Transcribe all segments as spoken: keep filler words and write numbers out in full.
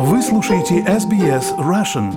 Вы слушаете эс би эс Russian.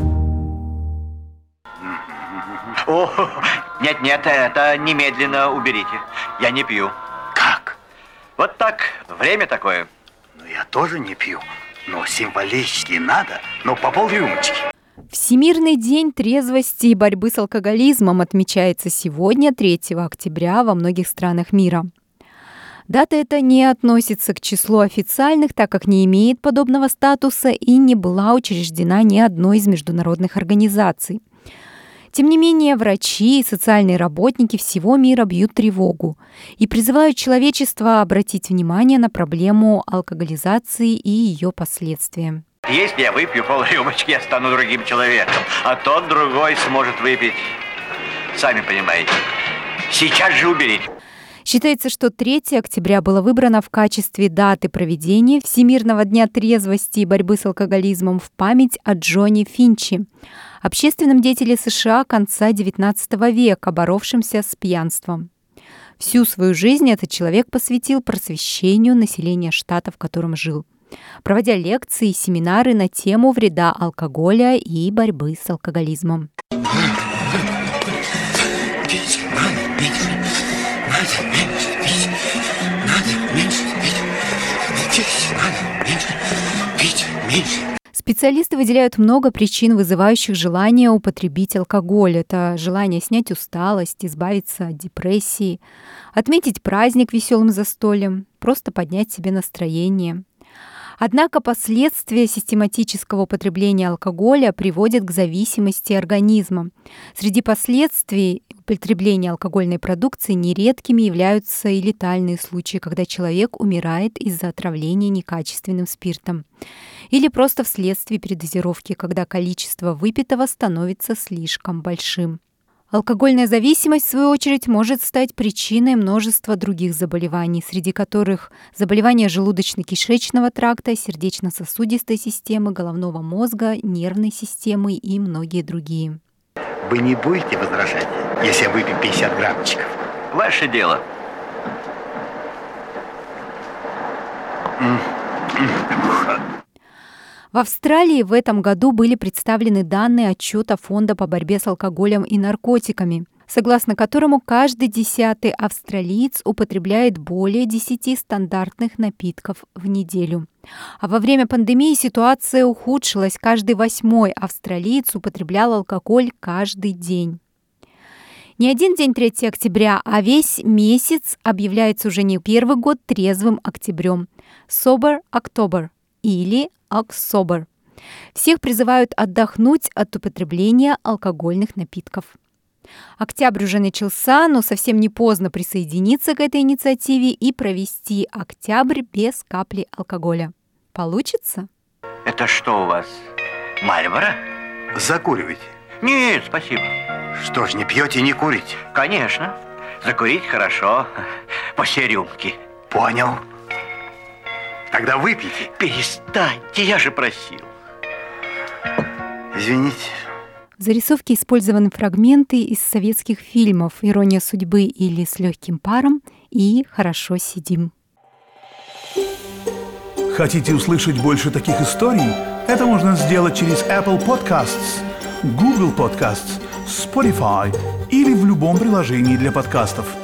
О, нет-нет, это немедленно уберите. Я не пью. Как? Вот так, время такое. Ну, я тоже не пью. Но символически надо. Ну, по полрюмочки. Всемирный день трезвости и борьбы с алкоголизмом отмечается сегодня, третьего октября, во многих странах мира. Дата эта не относится к числу официальных, так как не имеет подобного статуса и не была учреждена ни одной из международных организаций. Тем не менее, врачи и социальные работники всего мира бьют тревогу и призывают человечество обратить внимание на проблему алкоголизации и ее последствия. Если я выпью полрюмочки, я стану другим человеком, а тот другой сможет выпить. Сами понимаете. Сейчас же уберите. Считается, что третьего октября было выбрано в качестве даты проведения Всемирного дня трезвости и борьбы с алкоголизмом в память о Джоне Финчи, общественном деятеле США конца девятнадцатого века, боровшемся с пьянством. Всю свою жизнь этот человек посвятил просвещению населения штата, в котором жил, проводя лекции и семинары на тему вреда алкоголя и борьбы с алкоголизмом. Специалисты выделяют много причин, вызывающих желание употребить алкоголь. Это желание снять усталость, избавиться от депрессии, отметить праздник веселым застольем, просто поднять себе настроение. Однако последствия систематического употребления алкоголя приводят к зависимости организма. Среди последствий употребления алкогольной продукции нередкими являются и летальные случаи, когда человек умирает из-за отравления некачественным спиртом, или просто вследствие передозировки, когда количество выпитого становится слишком большим. Алкогольная зависимость, в свою очередь, может стать причиной множества других заболеваний, среди которых заболевания желудочно-кишечного тракта, сердечно-сосудистой системы, головного мозга, нервной системы и многие другие. Вы не будете возражать, если я выпью пятьдесят граммчиков? Ваше дело. В Австралии в этом году были представлены данные отчета Фонда по борьбе с алкоголем и наркотиками, согласно которому каждый десятый австралиец употребляет более десяти стандартных напитков в неделю. А во время пандемии ситуация ухудшилась. Каждый восьмой австралиец употреблял алкоголь каждый день. Не один день третьего октября, а весь месяц объявляется уже не первый год трезвым октябрем – Sober October или Оксобер. Всех призывают отдохнуть от употребления алкогольных напитков. Октябрь уже начался, но совсем не поздно присоединиться к этой инициативе и провести октябрь без капли алкоголя. Получится? Это что у вас, Мальборо? Закуривайте. Нет, спасибо. Что ж, не пьете и не курите? Конечно. Закурить хорошо. После рюмки. Понял. Тогда выпейте. Перестаньте, я же просил. Извините. В зарисовке использованы фрагменты из советских фильмов «Ирония судьбы» или «С легким паром» и «Хорошо сидим». Хотите услышать больше таких историй? Это можно сделать через Apple Podcasts, Google Podcasts, Spotify или в любом приложении для подкастов.